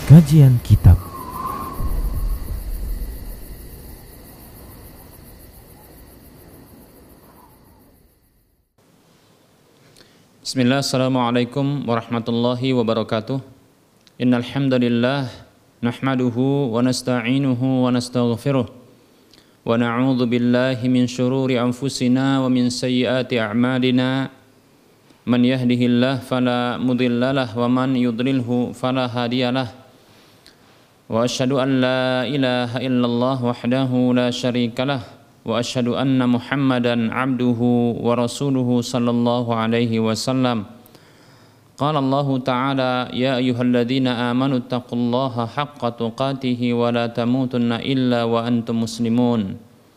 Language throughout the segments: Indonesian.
Kajian Kitab. Bismillah, assalamualaikum warahmatullahi wabarakatuh. Innal hamdalillah nahmaduhu wa nasta'inuhu wa nastaghfiruh wa na'udzu billahi min shururi anfusina wa min sayyiati a'malina. Man yahdihillahu fala mudhillalah wa man yudlilhu fala hadiyalah. Wa asyhadu an la ilaha illallah wahdahu la syarikalah wa asyhadu anna Muhammadan abduhu wa rasuluhu sallallahu alaihi wasallam. Qala Allah ta'ala ya ayyuhalladzina amanu taqullaha haqqa tuqatih wa la tamutunna illa wa antum muslimun.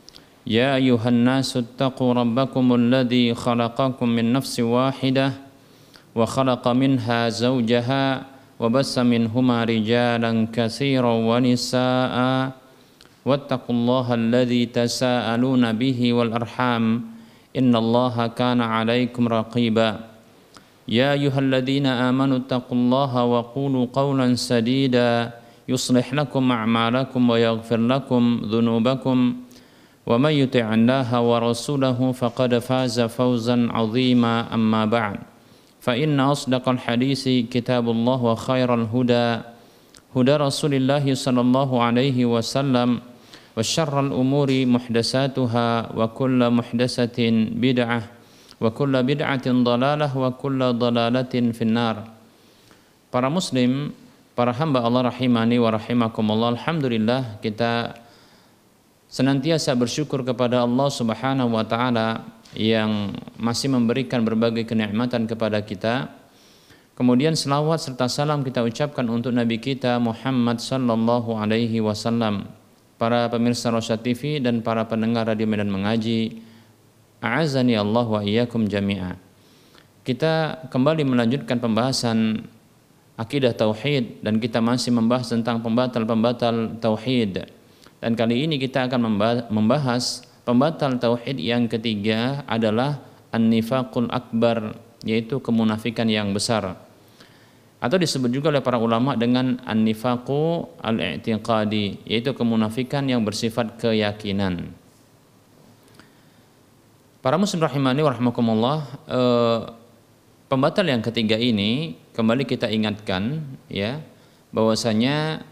Ya ayyuhan nasu taqu rabbakumul ladzi khalaqakum min nafsin wahidah wa khalaqa minha zawjaha wa bassa minhuma rijalan katsiran wa nisaa'a wattaqullaha alladzi tasaaluna bihi wal arham innallaha kana 'alaikum raqiba. Ya ayyuhalladzina amanu taqullaha wa qulu qawlan sadida yuslih lakum a'malakum wa yaghfir lakum dhunubakum wa may yuti'illaha wa rasulahu faqad faza fawzan 'azima amma ba'd. Fa inna asdaqal hadisi kitabullah wa khairal huda huda Rasulillah sallallahu alaihi wasallam wa syarral umuri muhdatsatuha wa kullu muhdatsatin bid'ah wa kullu bid'atin dhalalah wa kullu dhalalatin finnar. Para muslim, para hamba Allah rahimani wa rahimakumullah, alhamdulillah kita senantiasa bersyukur kepada Allah Subhanahu wa taala yang masih memberikan berbagai kenikmatan kepada kita. Kemudian selawat serta salam kita ucapkan untuk Nabi kita Muhammad sallallahu alaihi wasallam. Para pemirsa Rosyad TV dan para pendengar Radio Medan Mengaji, a'azani Allah wa iyyakum jami'a. Kita kembali melanjutkan pembahasan akidah tauhid dan kita masih membahas tentang pembatal-pembatal tauhid. Dan kali ini kita akan membahas pembatal tauhid yang ketiga adalah an-nifaqul akbar, yaitu kemunafikan yang besar, atau disebut juga oleh para ulama dengan an-nifaqu al-i'tiqadi, yaitu kemunafikan yang bersifat keyakinan. Para muslim rahimani wa rahmakumullah, pembatal yang ketiga ini kembali kita ingatkan ya, bahwasanya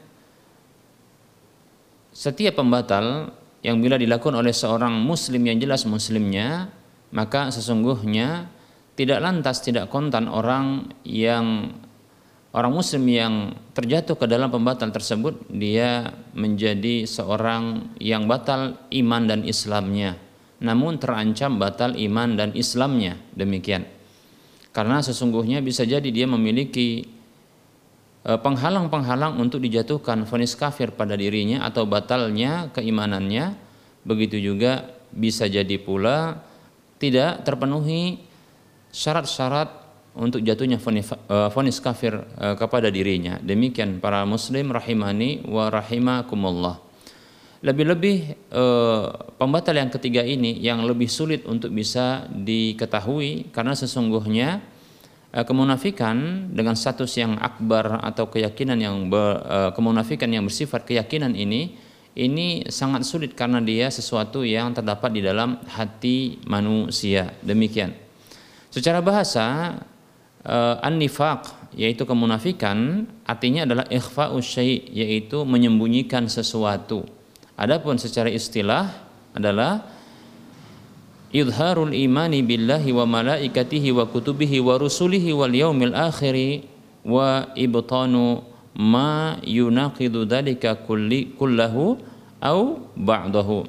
setiap pembatal yang bila dilakukan oleh seorang muslim yang jelas muslimnya, maka sesungguhnya tidak lantas tidak kontan orang muslim yang terjatuh ke dalam pembatal tersebut dia menjadi seorang yang batal iman dan Islamnya, namun terancam batal iman dan Islamnya, demikian. Karena sesungguhnya bisa jadi dia memiliki penghalang-penghalang untuk dijatuhkan vonis kafir pada dirinya atau batalnya keimanannya. Begitu juga bisa jadi pula tidak terpenuhi syarat-syarat untuk jatuhnya vonis kafir kepada dirinya. Demikian para muslim rahimani wa rahimakumullah. Lebih-lebih pembatal yang ketiga ini yang lebih sulit untuk bisa diketahui, karena sesungguhnya kemunafikan dengan status yang akbar atau keyakinan yang kemunafikan yang bersifat keyakinan ini sangat sulit karena dia sesuatu yang terdapat di dalam hati manusia, demikian. Secara bahasa an-nifaq yaitu kemunafikan artinya adalah ikhfa'us syai', yaitu menyembunyikan sesuatu. Adapun secara istilah adalah idharul imani billahi wa malaikatihi wa kutubihi wa rusulihi wal yaumil akhiri wa ibtanu ma yunaqidu dzalika kullahu au ba'dahu,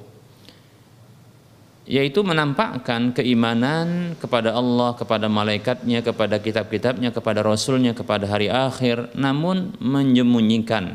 yaitu menampakkan keimanan kepada Allah, kepada malaikatnya, kepada kitab-kitabnya, kepada rasulnya, kepada hari akhir, namun menyembunyikan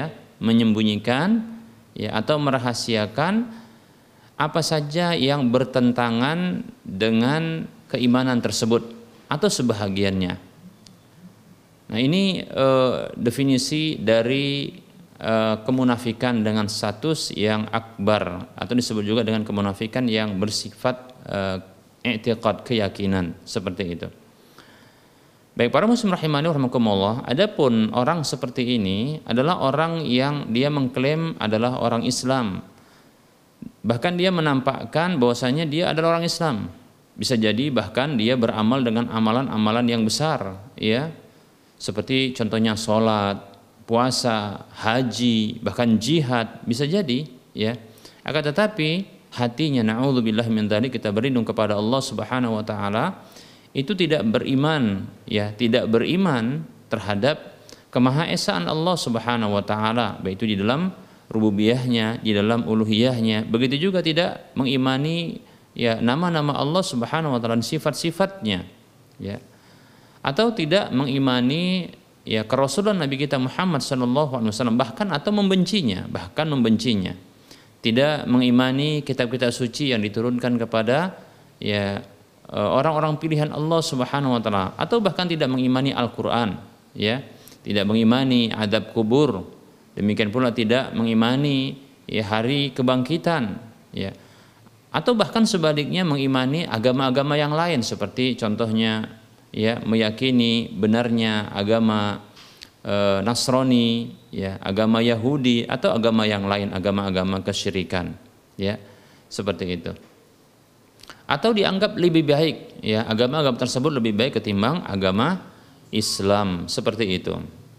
atau merahasiakan apa saja yang bertentangan dengan keimanan tersebut atau sebahagiannya. Nah, ini definisi dari kemunafikan dengan status yang akbar, atau disebut juga dengan kemunafikan yang bersifat i'tiqad, keyakinan, seperti itu. Baik para muslim rahimani rahimakumullah, adapun orang seperti ini adalah orang yang dia mengklaim adalah orang Islam. Bahkan dia menampakkan bahwasanya dia adalah orang Islam. Bisa jadi bahkan dia beramal dengan amalan-amalan yang besar, ya. Seperti contohnya sholat, puasa, haji, bahkan jihad, bisa jadi, ya. Akan tetapi hatinya, na'udzubillah min dzalik, kita berlindung kepada Allah Subhanahu wa taala, itu tidak beriman, ya, tidak beriman terhadap kemahaesaan Allah Subhanahu wa taala, baik itu di dalam rububiyahnya, di dalam uluhiyahnya. Begitu juga tidak mengimani, ya, nama-nama Allah Subhanahu wa taala dan sifat-sifatnya, ya. Atau tidak mengimani, ya, kerasulan Nabi kita Muhammad sallallahu alaihi wasallam, bahkan atau membencinya, Tidak mengimani kitab-kitab suci yang diturunkan kepada, ya, orang-orang pilihan Allah Subhanahu wa taala, atau bahkan tidak mengimani Al-Qur'an, ya, tidak mengimani adab kubur, demikian pula tidak mengimani, ya, hari kebangkitan, ya, atau bahkan sebaliknya mengimani agama-agama yang lain, seperti contohnya, ya, meyakini benarnya agama Nasrani, ya, agama Yahudi, atau agama yang lain, agama-agama kesyirikan, ya, seperti itu. Atau dianggap lebih baik, ya, agama-agama tersebut lebih baik ketimbang agama Islam, seperti itu.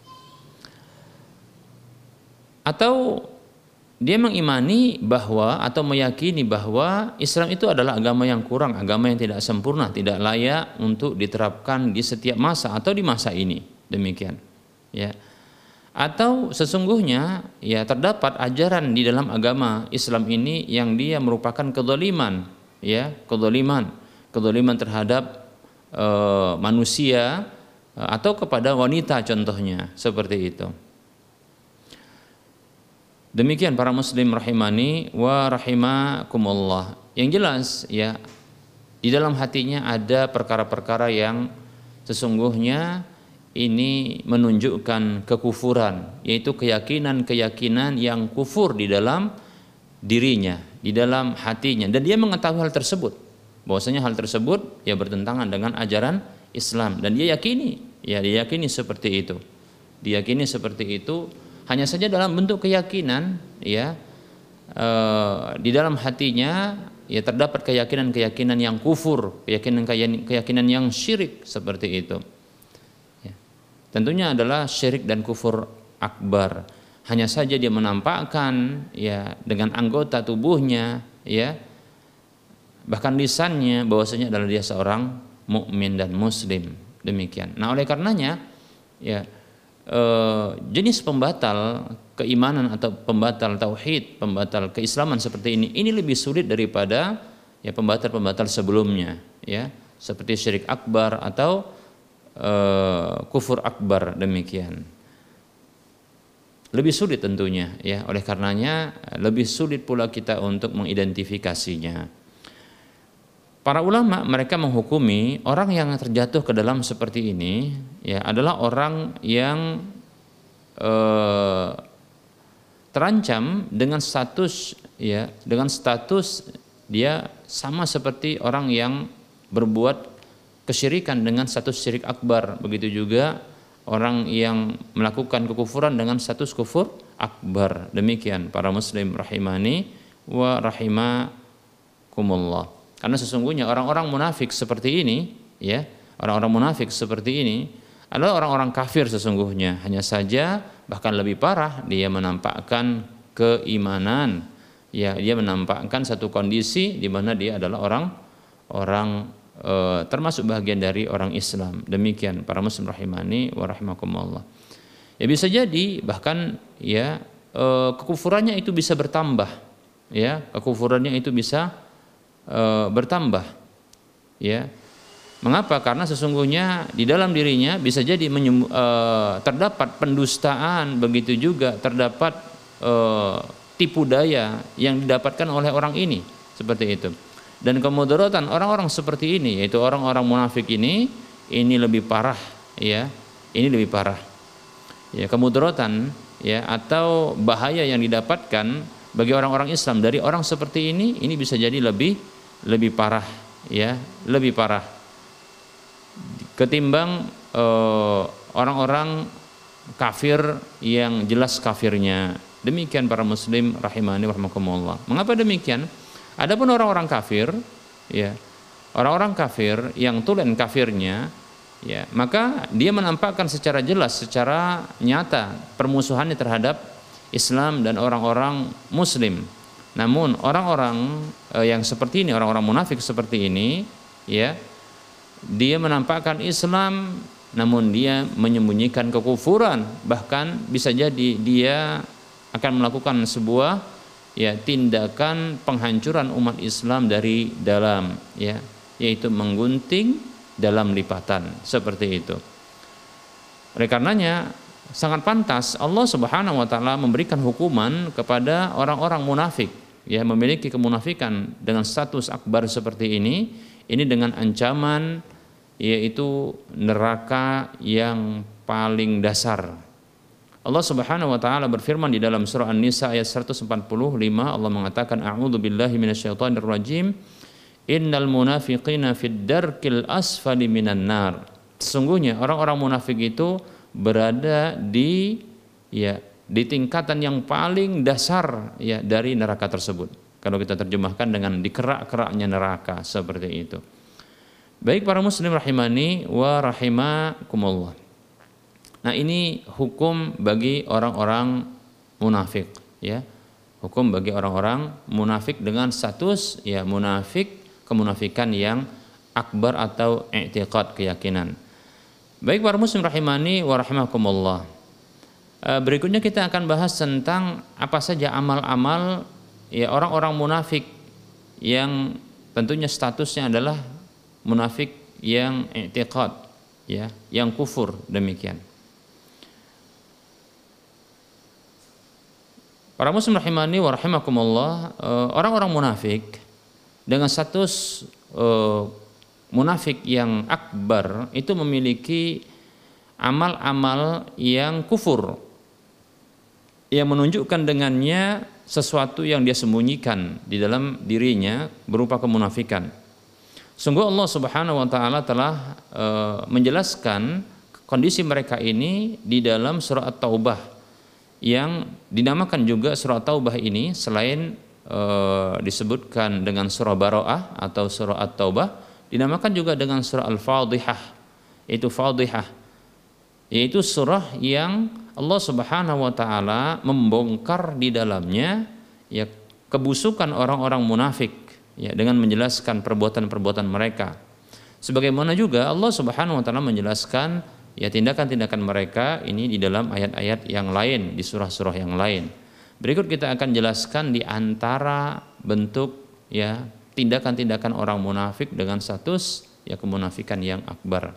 Atau dia mengimani bahwa atau meyakini bahwa Islam itu adalah agama yang kurang, agama yang tidak sempurna, tidak layak untuk diterapkan di setiap masa atau di masa ini, demikian, ya. Atau sesungguhnya, ya, terdapat ajaran di dalam agama Islam ini yang dia merupakan kezaliman, ya, kezaliman terhadap manusia atau kepada wanita contohnya, seperti itu. Demikian para muslim rahimani wa rahimakumullah. Yang jelas, ya, di dalam hatinya ada perkara-perkara yang sesungguhnya ini menunjukkan kekufuran, yaitu keyakinan-keyakinan yang kufur di dalam dirinya, di dalam hatinya, dan dia mengetahui hal tersebut, bahwasanya hal tersebut, ya, bertentangan dengan ajaran Islam, dan dia yakini, ya, dia yakini seperti itu, diyakini seperti itu. Hanya saja dalam bentuk keyakinan, ya, di dalam hatinya, ya, terdapat keyakinan-keyakinan yang kufur, keyakinan yang syirik, seperti itu, ya. Tentunya adalah syirik dan kufur akbar. Hanya saja dia menampakkan, ya, dengan anggota tubuhnya, ya, bahkan lisannya, bahwasanya adalah dia seorang mukmin dan muslim, demikian. Nah, oleh karenanya, ya, jenis pembatal keimanan atau pembatal tauhid, pembatal keislaman seperti ini lebih sulit daripada, ya, pembatal-pembatal sebelumnya, ya, seperti syirik akbar atau kufur akbar, demikian. Lebih sulit tentunya, ya, oleh karenanya lebih sulit pula kita untuk mengidentifikasinya. Para ulama mereka menghukumi orang yang terjatuh ke dalam seperti ini, ya, adalah orang yang terancam dengan status, ya, dengan status dia sama seperti orang yang berbuat kesyirikan dengan status syirik akbar. Begitu juga orang yang melakukan kekufuran dengan status kufur akbar. Demikian para muslim rahimani wa rahimakumullah. Karena sesungguhnya orang-orang munafik seperti ini, ya, orang-orang munafik seperti ini adalah orang-orang kafir sesungguhnya. Hanya saja bahkan lebih parah, dia menampakkan keimanan, ya, dia menampakkan satu kondisi di mana dia adalah orang termasuk bagian dari orang Islam. Demikian para muslim rahimani wa rahimakumullah. Ya, bisa jadi bahkan, ya, kekufurannya itu bisa bertambah, ya, kekufurannya itu bisa bertambah, ya. Mengapa? Karena sesungguhnya di dalam dirinya bisa jadi terdapat pendustaan, begitu juga terdapat tipu daya yang didapatkan oleh orang ini, seperti itu. Dan kemudaratan orang-orang seperti ini, yaitu orang-orang munafik ini lebih parah, ya, ini lebih parah, ya, kemudaratan, ya, atau bahaya yang didapatkan bagi orang-orang Islam dari orang seperti ini bisa jadi lebih parah, ya, lebih parah. ketimbang orang-orang kafir yang jelas kafirnya. Demikian para muslim rahimani warahmatullah. Mengapa demikian? Adapun orang-orang kafir, ya, orang-orang kafir yang tulen kafirnya, ya, maka dia menampakkan secara jelas, secara nyata permusuhannya terhadap Islam dan orang-orang muslim. Namun orang-orang yang seperti ini, orang-orang munafik seperti ini, ya, dia menampakkan Islam namun dia menyembunyikan kekufuran, bahkan bisa jadi dia akan melakukan sebuah, ya, tindakan penghancuran umat Islam dari dalam, ya, yaitu menggunting dalam lipatan seperti itu. Oleh karenanya sangat pantas Allah Subhanahu wa taala memberikan hukuman kepada orang-orang munafik, ya, memiliki kemunafikan dengan status akbar seperti ini dengan ancaman yaitu neraka yang paling dasar. Allah Subhanahu wa taala berfirman di dalam surah An-Nisa ayat 145, Allah mengatakan a'udzubillahi minasyaitonir rajim, innal munafiqina fid darkil asfali minan nar. Sesungguhnya orang-orang munafik itu berada di tingkatan yang paling dasar, ya, dari neraka tersebut. Kalau kita terjemahkan dengan di kerak-keraknya neraka seperti itu. Baik para muslim rahimani wa rahimakumullah. Nah, ini hukum bagi orang-orang munafik, ya. Hukum bagi orang-orang munafik dengan status, ya, munafik, kemunafikan yang akbar atau i'tiqad, keyakinan. Baik para muslim rahimani wa rahimakumullah. Berikutnya kita akan bahas tentang apa saja amal-amal, ya, orang-orang munafik yang tentunya statusnya adalah munafik yang i'tiqad, ya, yang kufur demikian. Para muslim rahimani wa rahimakumullah, orang-orang munafik dengan status munafik yang akbar itu memiliki amal-amal yang kufur, yang menunjukkan dengannya sesuatu yang dia sembunyikan di dalam dirinya berupa kemunafikan. Sungguh Allah Subhanahu wa taala telah menjelaskan kondisi mereka ini di dalam surah At-Taubah, yang dinamakan juga surah Taubah ini selain disebutkan dengan surah Bara'ah atau surah At-Taubah, dinamakan juga dengan surah Al-Fadhihah, yaitu surah yang Allah Subhanahu wa taala membongkar di dalamnya, ya, kebusukan orang-orang munafik, ya, dengan menjelaskan perbuatan-perbuatan mereka. Sebagaimana juga Allah Subhanahu wa taala menjelaskan, ya, tindakan-tindakan mereka ini di dalam ayat-ayat yang lain, di surah-surah yang lain. Berikut kita akan jelaskan di antara bentuk, ya, tindakan-tindakan orang munafik dengan status, ya, kemunafikan yang akbar.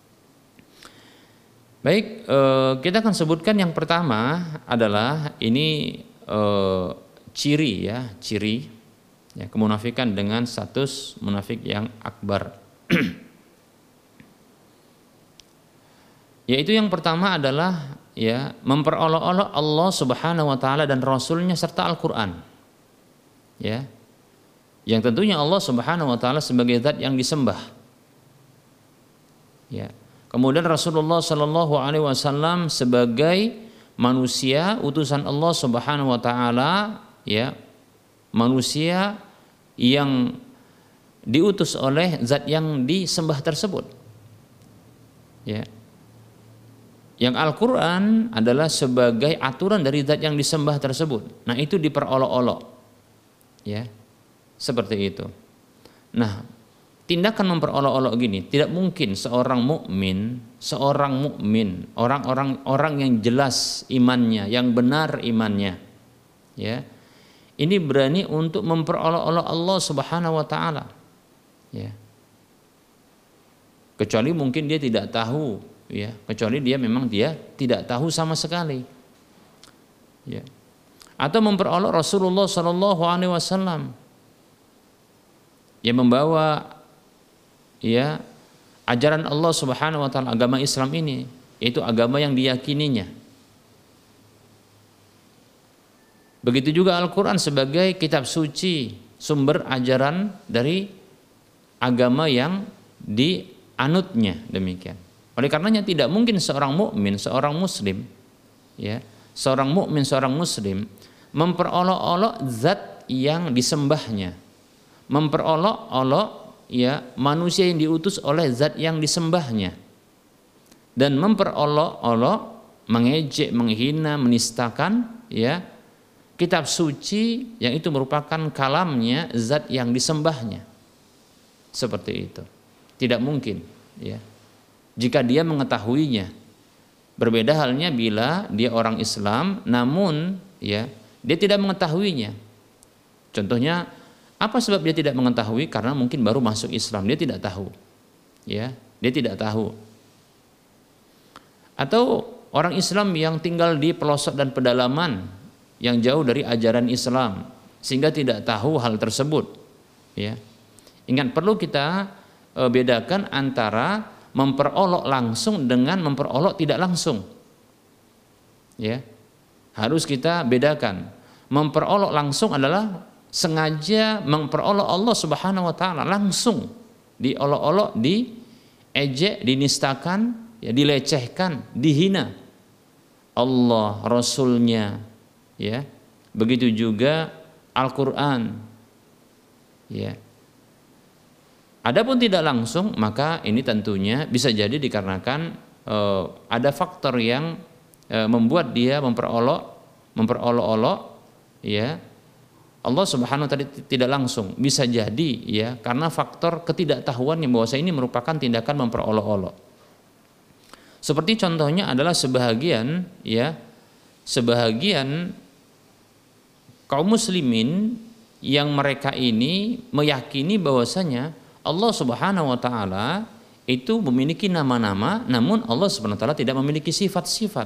Baik, kita akan sebutkan yang pertama adalah ini ciri, ya, kemunafikan dengan status munafik yang akbar. Yaitu yang pertama adalah, ya, memperolok-olok Allah Subhanahu wa taala dan Rasulnya serta Al-Qur'an, ya, yang tentunya Allah Subhanahu wa taala sebagai zat yang disembah, ya. Kemudian Rasulullah Shallallahu Alaihi Wasallam sebagai manusia utusan Allah Subhanahu Wa Taala, ya, manusia yang diutus oleh zat yang disembah tersebut, ya. Yang Al-Quran adalah sebagai aturan dari zat yang disembah tersebut. Nah, itu diperolok-olok, ya, seperti itu. Nah, tindakan memperolok-olok gini tidak mungkin seorang mukmin, orang yang jelas imannya, yang benar imannya, ya, ini berani untuk memperolok-olok Allah Subhanahu wa taala, ya. Kecuali mungkin dia tidak tahu, ya, kecuali dia memang dia tidak tahu sama sekali, ya. Atau memperolok Rasulullah Shallallahu Alaihi Wasallam yang membawa, ya, ajaran Allah Subhanahu wa taala, agama Islam ini, yaitu agama yang diyakininya. Begitu juga Al-Qur'an sebagai kitab suci, sumber ajaran dari agama yang anutnya, demikian. Oleh karenanya tidak mungkin seorang mukmin, seorang muslim, ya, seorang mukmin, seorang muslim memperolok-olok zat yang disembahnya, memperolok-olok ya manusia yang diutus oleh zat yang disembahnya, dan memperolok-olok, mengejek, menghina, menistakan ya kitab suci yang itu merupakan kalamnya zat yang disembahnya. Seperti itu. Tidak mungkin ya. Jika dia mengetahuinya. Berbeda halnya bila dia orang Islam namun ya dia tidak mengetahuinya. Contohnya apa sebab dia tidak mengetahui? Karena mungkin baru masuk Islam, dia tidak tahu. Ya, dia tidak tahu. Atau orang Islam yang tinggal di pelosok dan pedalaman yang jauh dari ajaran Islam sehingga tidak tahu hal tersebut. Ya. Ingat, perlu kita bedakan antara memperolok langsung dengan memperolok tidak langsung. Ya. Harus kita bedakan. Memperolok langsung adalah sengaja memperolok Allah Subhanahu wa taala, langsung diolok-olok, diejek, dinistakan, ya, dilecehkan, dihina Allah, Rasulnya, ya. Begitu juga Al-Qur'an. Ya. Adapun tidak langsung, maka ini tentunya bisa jadi dikarenakan ada faktor yang membuat dia memperolok-olok, ya. Allah Subhanahu wa taala tidak langsung, bisa jadi ya karena faktor ketidaktahuan yang bahwa ini merupakan tindakan memperolok-olok. Seperti contohnya adalah sebahagian kaum muslimin yang mereka ini meyakini bahwasanya Allah Subhanahu wa taala itu memiliki nama-nama, namun Allah Subhanahu wa taala tidak memiliki sifat-sifat.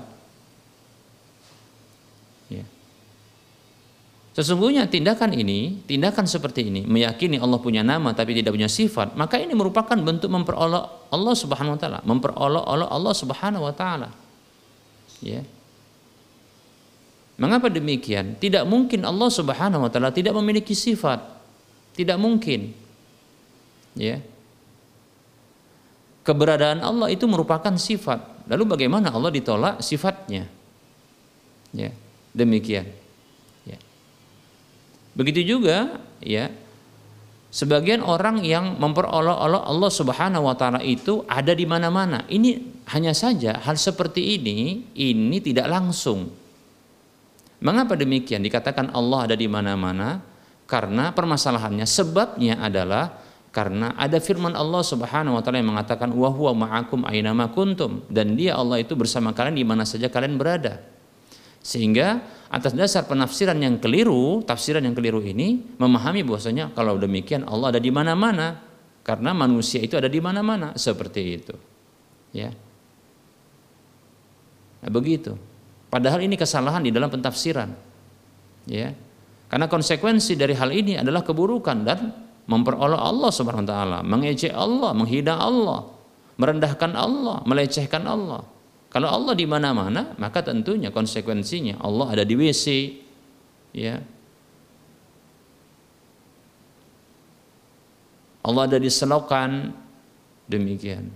Ya. Sesungguhnya tindakan seperti ini, meyakini Allah punya nama tapi tidak punya sifat, maka ini merupakan bentuk memperolok Allah Subhanahu wa taala, memperolok-olok Allah Subhanahu wa taala. Ya. Mengapa demikian? Tidak mungkin Allah Subhanahu wa taala tidak memiliki sifat. Tidak mungkin. Ya. Keberadaan Allah itu merupakan sifat. Lalu bagaimana Allah ditolak sifatnya? Ya, demikian. Ya. Begitu juga ya sebagian orang yang memperolok-olok Allah Subhanahu wa taala itu ada di mana-mana. Ini hanya saja hal seperti ini tidak langsung. Mengapa demikian? Dikatakan Allah ada di mana-mana karena permasalahannya, sebabnya adalah karena ada firman Allah Subhanahu wa taala yang mengatakan wa huwa ma'akum aina ma kuntum, dan dia Allah itu bersama kalian di mana saja kalian berada. Sehingga atas dasar penafsiran yang keliru, tafsiran yang keliru ini memahami bahwasanya kalau demikian Allah ada di mana-mana karena manusia itu ada di mana-mana, seperti itu. Ya. Nah, begitu. Padahal ini kesalahan di dalam pentafsiran. Ya. Karena konsekuensi dari hal ini adalah keburukan dan memperolok Allah Subhanahu wa taala, mengejek Allah, menghina Allah, merendahkan Allah, melecehkan Allah. Kalau Allah di mana-mana, maka tentunya konsekuensinya Allah ada di WC, ya. Allah ada di selokan, demikian.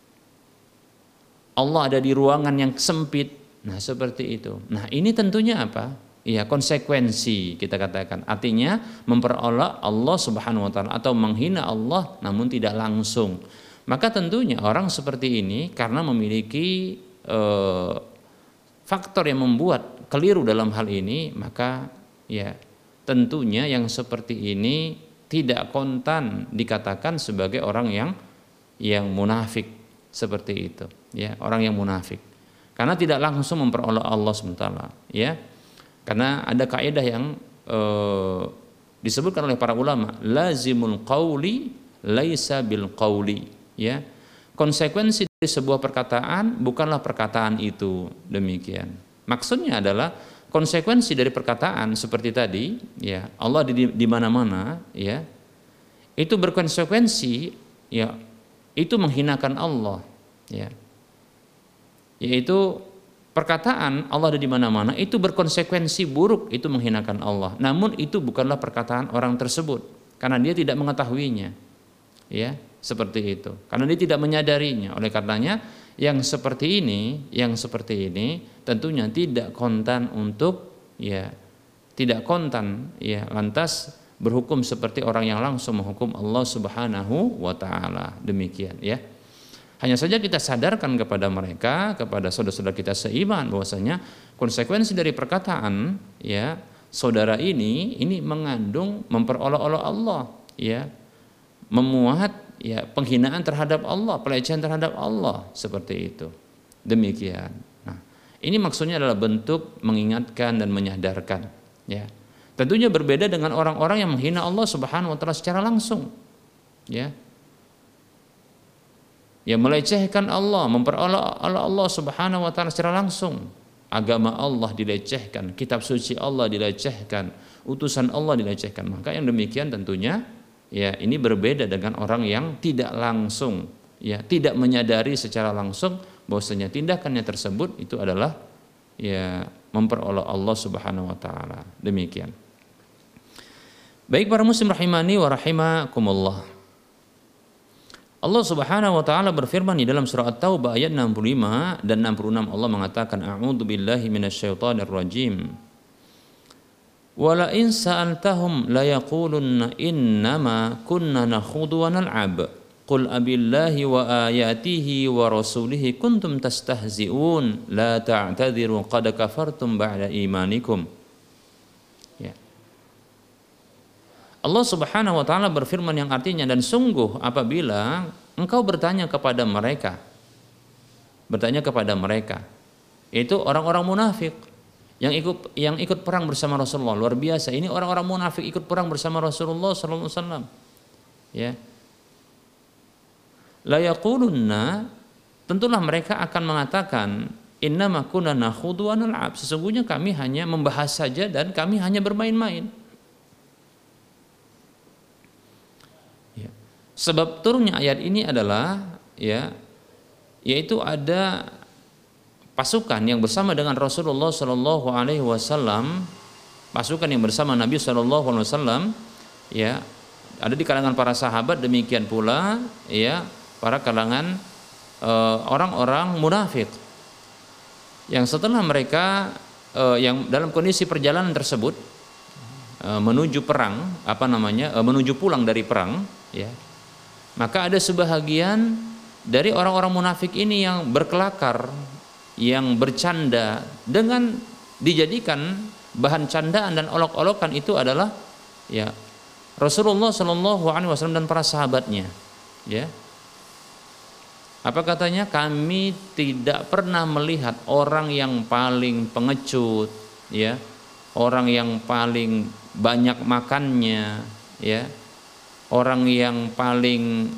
Allah ada di ruangan yang sempit. Nah, seperti itu. Nah, ini tentunya apa? Ya, konsekuensi kita katakan. Artinya memperolok Allah Subhanahu wa taala atau menghina Allah namun tidak langsung. Maka tentunya orang seperti ini karena memiliki faktor yang membuat keliru dalam hal ini, maka ya tentunya yang seperti ini tidak kontan dikatakan sebagai orang yang munafik, seperti itu, ya, orang yang munafik. Karena tidak langsung memperolok Allah Subhanahu wa taala, ya. Karena ada kaidah yang disebutkan oleh para ulama, lazimul qauli laisa bil qauli, ya. Konsekuensi dari sebuah perkataan bukanlah perkataan itu, demikian. Maksudnya adalah konsekuensi dari perkataan seperti tadi, ya, Allah di mana-mana, ya. Itu berkonsekuensi, ya, itu menghinakan Allah, ya. Yaitu perkataan Allah ada di mana-mana itu berkonsekuensi buruk, itu menghinakan Allah. Namun itu bukanlah perkataan orang tersebut karena dia tidak mengetahuinya. Ya. seperti itu. Karena dia tidak menyadarinya. Oleh karenanya yang seperti ini tentunya tidak kontan untuk tidak kontan lantas berhukum seperti orang yang langsung menghukum Allah Subhanahu wa taala. Demikian ya. Hanya saja kita sadarkan kepada mereka, kepada saudara-saudara kita seiman bahwasanya konsekuensi dari perkataan saudara ini mengandung memperolok-olok Allah, memuat penghinaan terhadap Allah, pelecehan terhadap Allah, seperti itu. Demikian. Nah, ini maksudnya adalah bentuk mengingatkan dan menyadarkan, Tentunya berbeda dengan orang-orang yang menghina Allah Subhanahu wa taala secara langsung. Ya melecehkan Allah, memperolok Allah Subhanahu wa taala secara langsung. Agama Allah dilecehkan, kitab suci Allah dilecehkan, utusan Allah dilecehkan. Maka yang demikian tentunya ini berbeda dengan orang yang tidak langsung, tidak menyadari secara langsung bahwasanya tindakannya tersebut itu adalah memperolok Allah Subhanahu wa taala. Demikian. Baik para muslim rahimani wa rahimakumullah. Allah Subhanahu wa taala berfirman di dalam surah At-Taubah ayat 65 dan 66, Allah mengatakan a'udzu billahi minasyaitonir rajim. Wa la in sa'altahum la yaqulunna innama kunna nakhudu wa nal'ab. Qul abillahi wa ayatihi wa rasulihi kuntum tastahzi'un la ta'tadiru qad kafartum ba'da imanikum. Allah Subhanahu wa taala berfirman yang artinya, dan sungguh apabila engkau bertanya kepada mereka itu orang-orang munafik yang ikut perang bersama Rasulullah. Luar biasa, ini orang-orang munafik ikut perang bersama Rasulullah sallallahu alaihi wasallam. La yaqulunna, tentulah mereka akan mengatakan innama kunna nakhudu wa nal'ab, sesungguhnya kami hanya membahas saja dan kami hanya bermain-main. Sebab turunnya ayat ini adalah yaitu ada pasukan yang bersama dengan Rasulullah Shallallahu Alaihi Wasallam, pasukan yang bersama Nabi Shallallahu Alaihi Wasallam, ada di kalangan para sahabat, demikian pula para kalangan orang-orang munafik yang setelah mereka yang dalam kondisi perjalanan tersebut menuju perang, menuju pulang dari perang, maka ada sebahagian dari orang-orang munafik ini yang berkelakar, yang bercanda, dengan dijadikan bahan candaan dan olok-olokan itu adalah Rasulullah Shallallahu Alaihi Wasallam dan para sahabatnya. Apa katanya? Kami tidak pernah melihat orang yang paling pengecut, orang yang paling banyak makannya, orang yang paling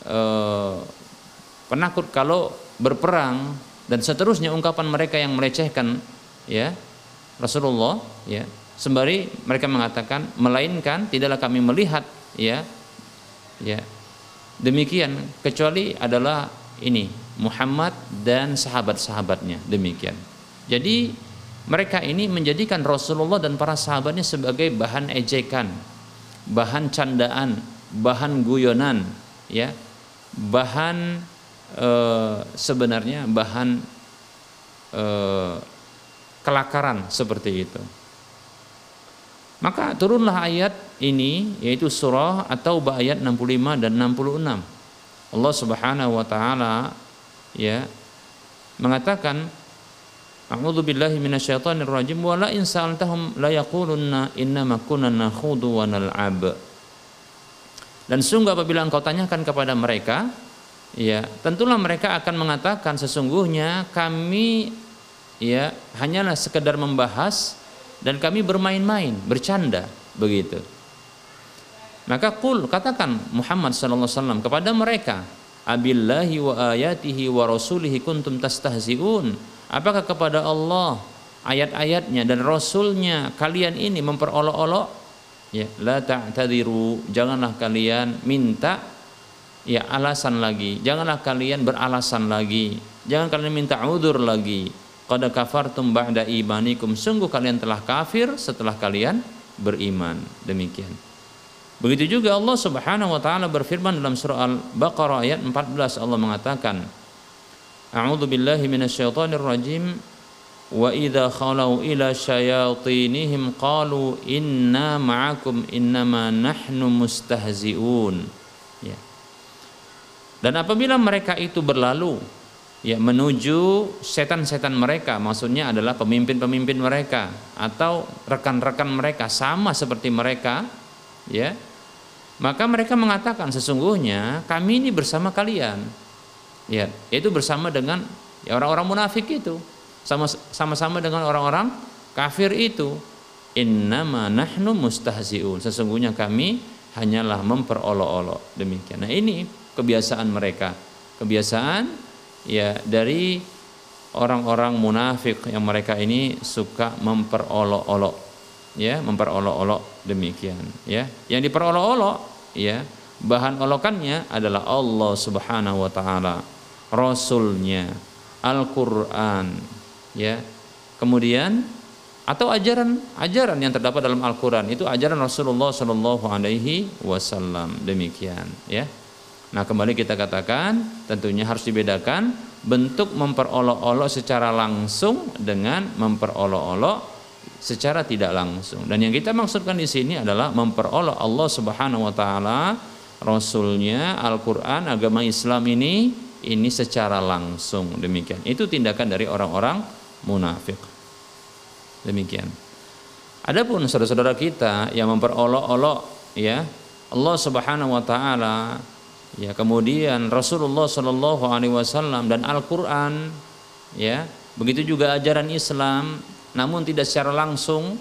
penakut kalau berperang, dan seterusnya ungkapan mereka yang melecehkan Rasulullah, sembari mereka mengatakan melainkan tidaklah kami melihat demikian kecuali adalah ini Muhammad dan sahabat-sahabatnya. Demikian. Jadi mereka ini menjadikan Rasulullah dan para sahabatnya sebagai bahan ejekan, bahan candaan, bahan guyonan, bahan sebenarnya bahan kelakaran seperti itu. Maka turunlah ayat ini, yaitu surah At-Taubah ayat 65 dan 66. Allah Subhanahu wa taala mengatakan a'udzu billahi minasyaitonir rajim wa la in sa'altahum la yaqulunna innama kunna nakhudu wa nal'ab. Dan sungguh apabila engkau tanyakan kepada mereka, tentulah mereka akan mengatakan sesungguhnya kami hanyalah sekedar membahas dan kami bermain-main, bercanda, begitu. Maka qul, katakan Muhammad sallallahu alaihi wasallam kepada mereka, abillahi wa ayatihi wa rasulihi kuntum tastahzi'un. Apakah kepada Allah, ayat-ayatnya dan rasulnya kalian ini memperolok-olok? La ta'tadiru, janganlah kalian minta alasan lagi, janganlah kalian beralasan lagi, jangan kalian minta udzur lagi. Qad kafartum ba'da imanikum, sungguh kalian telah kafir setelah kalian beriman. Demikian. Begitu juga Allah Subhanahu wa taala berfirman dalam surah Al-Baqarah ayat 14, Allah mengatakan, A'udzu billahi minasyaitonir rajim, wa idza khalau ila syayatinihim qalu inna ma'akum innama nahnu mustahzi'un. Ya. Dan apabila mereka itu berlalu ya menuju setan-setan mereka, maksudnya adalah pemimpin-pemimpin mereka atau rekan-rekan mereka sama seperti mereka, ya, maka mereka mengatakan sesungguhnya kami ini bersama kalian, ya, itu bersama dengan ya orang-orang munafik itu, sama-sama dengan orang-orang kafir itu. Innama nahnu mustahzi'un, sesungguhnya kami hanyalah memperolok-olok, demikian. Nah, ini kebiasaan mereka, kebiasaan ya dari orang-orang munafik yang mereka ini suka memperolok-olok, ya, memperolok-olok, demikian, ya. Yang diperolok-olok, ya, bahan olokannya adalah Allah Subhanahu wa taala, Rasulnya, Al-Qur'an, ya. Kemudian atau ajaran yang terdapat dalam Al-Qur'an itu ajaran Rasulullah Shallallahu alaihi wasallam, demikian, ya. Nah, kembali kita katakan tentunya harus dibedakan bentuk memperolok-olok secara langsung dengan memperolok-olok secara tidak langsung. Dan yang kita maksudkan di sini adalah memperolok Allah Subhanahu wa taala, Rasulnya, Al-Qur'an, agama Islam ini secara langsung, demikian. Itu tindakan dari orang-orang munafik. Demikian. Adapun saudara-saudara kita yang memperolok-olok ya Allah Subhanahu wa taala, ya, kemudian Rasulullah Shallallahu alaihi wasallam dan Al-Qur'an, ya, begitu juga ajaran Islam, namun tidak secara langsung,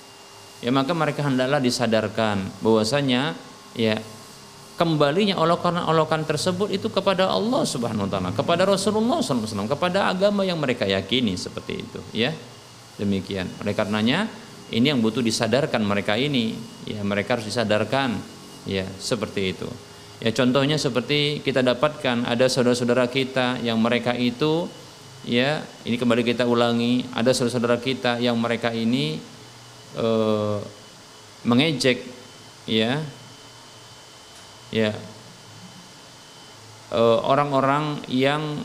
ya, maka mereka hendaklah disadarkan bahwasanya ya kembalinya olokan-olokan tersebut itu kepada Allah Subhanahu wa taala, kepada Rasulullah Sallallahu alaihi wasallam, kepada agama yang mereka yakini, seperti itu, ya. Demikian. Oleh karenanya ini yang butuh disadarkan mereka ini, ya, mereka harus disadarkan, ya, seperti itu. Ya, contohnya seperti kita dapatkan ada saudara-saudara kita yang mereka itu, ya, ini kembali kita ulangi, ada saudara-saudara kita yang mereka ini mengejek, ya, orang-orang yang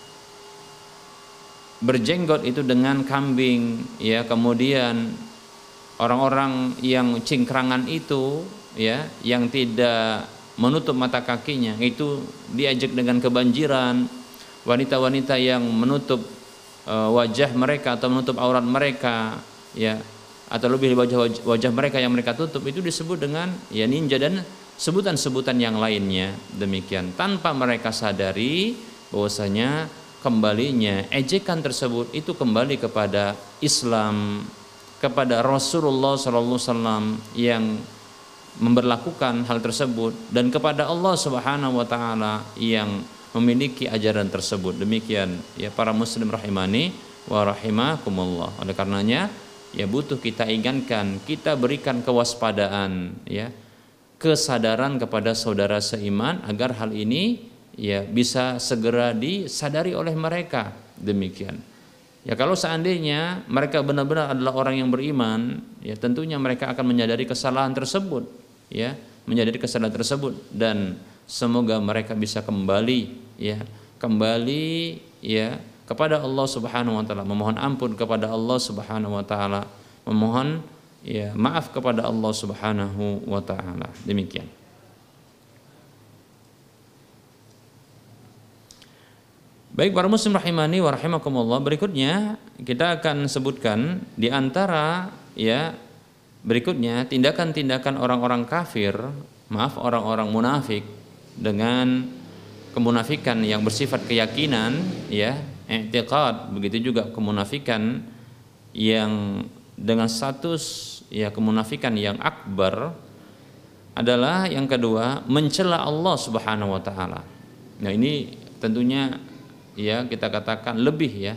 berjenggot itu dengan kambing, ya, kemudian orang-orang yang cingkrangan itu, ya, yang tidak menutup mata kakinya itu diajak dengan kebanjiran, wanita-wanita yang menutup wajah mereka atau menutup aurat mereka, ya, atau lebih wajah mereka yang mereka tutup itu disebut dengan ya ninja dan sebutan-sebutan yang lainnya, demikian, tanpa mereka sadari bahwasanya kembalinya ejekan tersebut itu kembali kepada Islam, kepada Rasulullah Sallallahu Alaihi Wasallam yang memberlakukan hal tersebut, dan kepada Allah Subhanahu wa taala yang memiliki ajaran tersebut. Demikian, ya, para muslim rahimani wa rahimakumullah. Oleh karenanya ya butuh kita ingatkan, kita berikan kewaspadaan, ya, kesadaran kepada saudara seiman agar hal ini ya bisa segera disadari oleh mereka, demikian. Ya, kalau seandainya mereka benar-benar adalah orang yang beriman, ya tentunya mereka akan menyadari kesalahan tersebut, ya, menyadari kesalahan tersebut, dan semoga mereka bisa kembali, ya, kepada Allah Subhanahu wa taala, memohon ampun kepada Allah Subhanahu wa taala, memohon ya maaf kepada Allah Subhanahu wa taala. Demikian. Baik para muslim rahimani wa rahimakumullah, berikutnya kita akan sebutkan di antara ya berikutnya tindakan-tindakan orang-orang kafir, orang-orang munafik dengan kemunafikan yang bersifat keyakinan, ya, i'tiqad, begitu juga kemunafikan yang dengan status ya kemunafikan yang akbar adalah yang kedua, mencela Allah Subhanahu wa taala. Nah, ini tentunya ya kita katakan lebih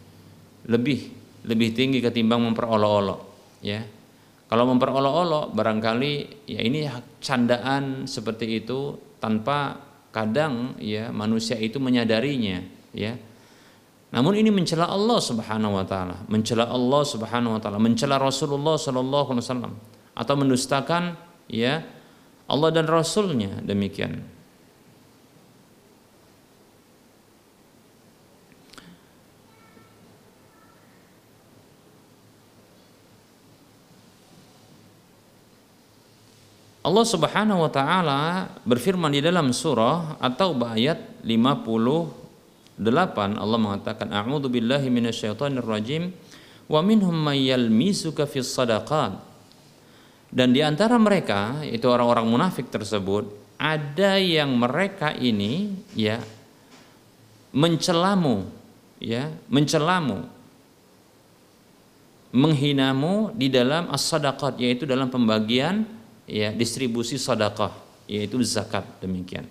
tinggi ketimbang memperolok-olok, ya. Kalau memperolok-olok barangkali ya ini candaan seperti itu tanpa kadang ya manusia itu menyadarinya, ya. Namun ini mencela Allah Subhanahu wa taala, mencela Allah Subhanahu wa taala, mencela Rasulullah sallallahu alaihi wasallam, atau mendustakan ya Allah dan Rasulnya, demikian. Allah Subhanahu wa taala berfirman di dalam surah At-Taubah ayat 58, Allah mengatakan a'udzu billahi minasyaitonir rajim wa minhum may yalmisuka fis shadaqat. Dan di antara mereka, itu orang-orang munafik tersebut, ada yang mereka ini ya mencelamu, menghinamu di dalam as-sadaqat, yaitu dalam pembagian distribusi sedekah, yaitu zakat, demikian.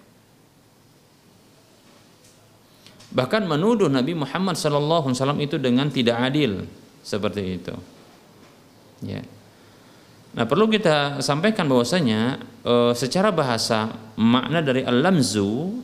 Bahkan menuduh Nabi Muhammad SAW itu dengan tidak adil, seperti itu. Ya. Nah, perlu kita sampaikan bahwasanya secara bahasa makna dari al-lamzu,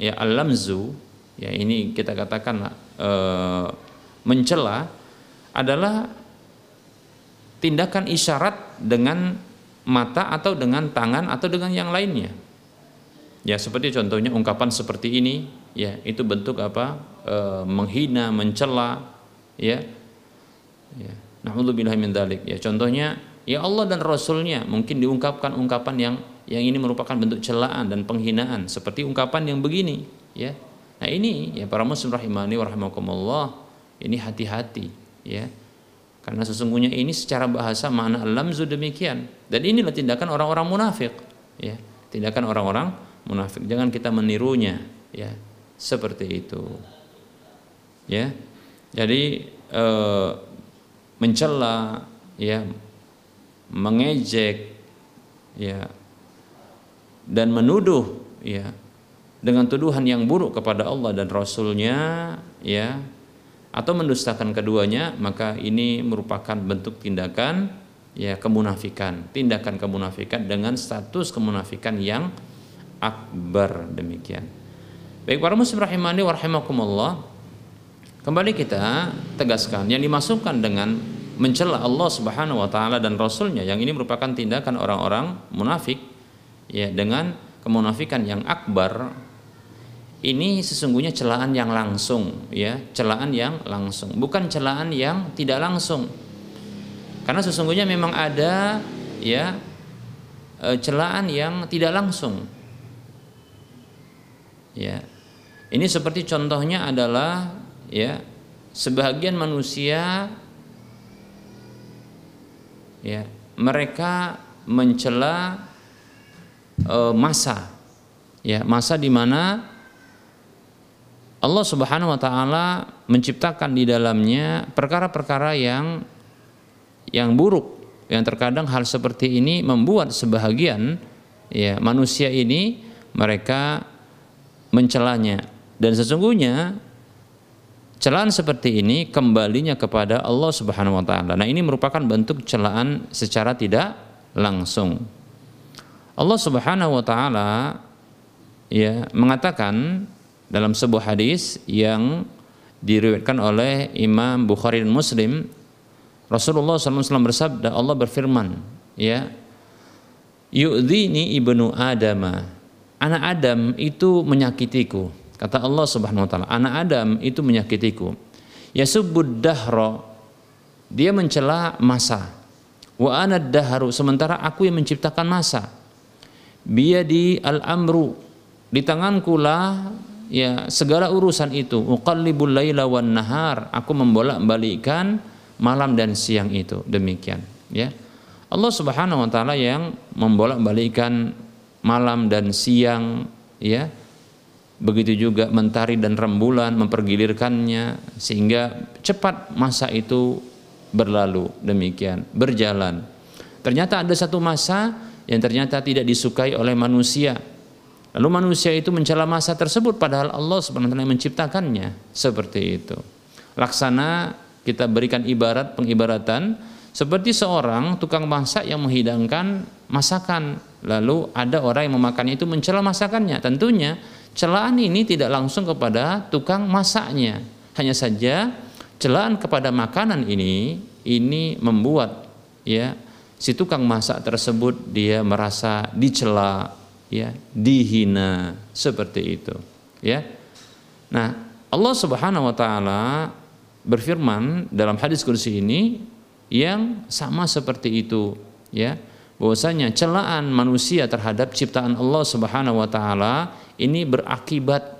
ini kita katakan mencela adalah tindakan isyarat dengan mata atau dengan tangan atau dengan yang lainnya. Ya, seperti contohnya ungkapan seperti ini, ya, itu bentuk apa? Menghina, mencela, ya. Ya. Na'udzubillahi min dzalik. Ya, contohnya ya Allah dan Rasulnya, mungkin diungkapkan ungkapan yang ini merupakan bentuk celaan dan penghinaan, seperti ungkapan yang begini, ya. Nah, ini ya para muslim rahimani wa rahimakumullah, ini hati-hati, ya. Karena sesungguhnya ini secara bahasa makna al-lamzu demikian. Dan inilah tindakan orang-orang munafik, ya. Tindakan orang-orang munafik. Jangan kita menirunya, ya. Seperti itu. Ya. Jadi mencela, ya, mengejek, ya, dan menuduh, ya, dengan tuduhan yang buruk kepada Allah dan Rasulnya, ya, atau mendustakan keduanya, maka ini merupakan bentuk tindakan kemunafikan, tindakan kemunafikan dengan status kemunafikan yang akbar, demikian. Baik para muslim rahimani wa rahimakumullah, kembali kita tegaskan yang dimasukkan dengan mencela Allah Subhanahu wa taala dan Rasulnya, yang ini merupakan tindakan orang-orang munafik, ya, dengan kemunafikan yang akbar. Ini sesungguhnya celaan yang langsung, ya, celaan yang langsung, bukan celaan yang tidak langsung. Karena sesungguhnya memang ada, ya, celaan yang tidak langsung. Ya. Ini seperti contohnya adalah, ya, sebagian manusia, ya, mereka mencela masa, ya, masa di mana Allah Subhanahu wa taala menciptakan di dalamnya perkara-perkara yang buruk, yang terkadang hal seperti ini membuat sebahagian, ya, manusia ini mereka mencelanya. Dan sesungguhnya celaan seperti ini kembalinya kepada Allah Subhanahu wa taala. Nah, ini merupakan bentuk celaan secara tidak langsung. Allah Subhanahu wa taala, ya, mengatakan dalam sebuah hadis yang diriwayatkan oleh Imam Bukhari dan Muslim, Rasulullah SAW bersabda, Allah berfirman, ya, yu'dhini ibnu Adama, anak Adam itu menyakitiku. Kata Allah Subhanahu wa taala, anak Adam itu menyakitiku. Yasubbud dahra, dia mencela masa. Wa ana dahru, sementara aku yang menciptakan masa. Biyadi al-amru, di tanganku lah, ya, segala urusan itu. Uqallibul laila wan nahar, aku membolak-balikkan malam dan siang itu, demikian, ya. Allah Subhanahu wa taala yang membolak-balikkan malam dan siang, ya. Begitu juga mentari dan rembulan, mempergilirkannya sehingga cepat masa itu berlalu, demikian, berjalan. Ternyata ada satu masa yang ternyata tidak disukai oleh manusia. Lalu manusia itu mencela masa tersebut padahal Allah Subhanahu wa taala menciptakannya, seperti itu. Laksana kita berikan ibarat, pengibaratan seperti seorang tukang masak yang menghidangkan masakan, lalu ada orang yang memakannya itu mencela masakannya. Tentunya celaan ini tidak langsung kepada tukang masaknya, hanya saja celaan kepada makanan ini membuat, ya, si tukang masak tersebut dia merasa dicela, ya, dihina, seperti itu, ya. Nah, Allah Subhanahu wa taala berfirman dalam hadis kursi ini yang sama seperti itu, ya, bahwasanya celaan manusia terhadap ciptaan Allah Subhanahu wa taala ini berakibat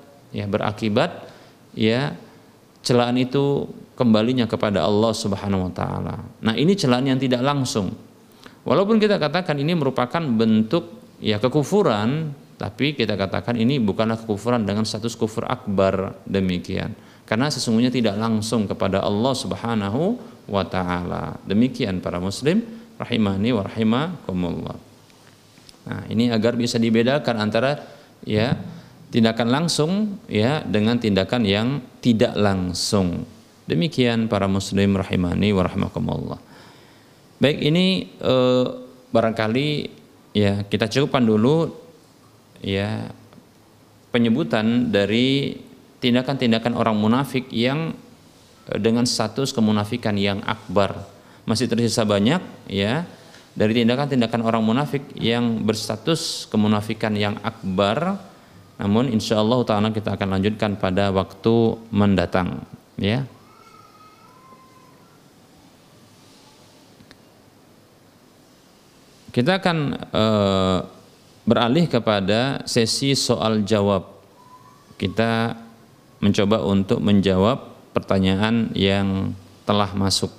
ya celaan itu kembalinya kepada Allah Subhanahu wa taala. Nah, ini celaan yang tidak langsung. Walaupun kita katakan ini merupakan bentuk ya kekufuran, tapi kita katakan ini bukanlah kekufuran dengan status kufur akbar, demikian. Karena sesungguhnya tidak langsung kepada Allah Subhanahu wa taala. Demikian para muslim rahimani wa rahimakumullah. Nah, ini agar bisa dibedakan antara ya tindakan langsung ya dengan tindakan yang tidak langsung. Demikian para muslim rahimani wa rahimakumullah. Baik, ini barangkali ya kita cukupkan dulu ya penyebutan dari tindakan-tindakan orang munafik yang dengan status kemunafikan yang akbar. Masih tersisa banyak ya dari tindakan-tindakan orang munafik yang berstatus kemunafikan yang akbar. Namun insyaallah ta'ala kita akan lanjutkan pada waktu mendatang, ya. Kita akan beralih kepada sesi soal jawab. Kita mencoba untuk menjawab pertanyaan yang telah masuk.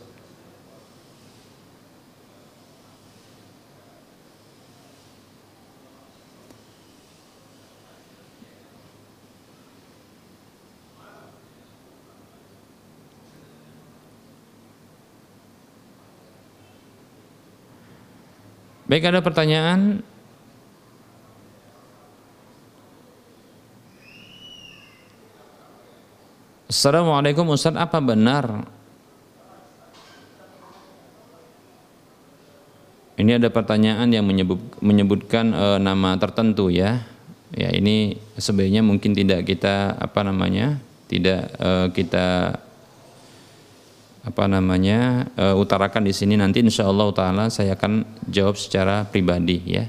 Baik, ada pertanyaan? Assalamualaikum Ustaz, apa benar? Ini ada pertanyaan yang menyebutkan nama tertentu ya. Ya, ini sebenarnya mungkin tidak kita utarakan di sini. Nanti insyaallah taala saya akan jawab secara pribadi ya.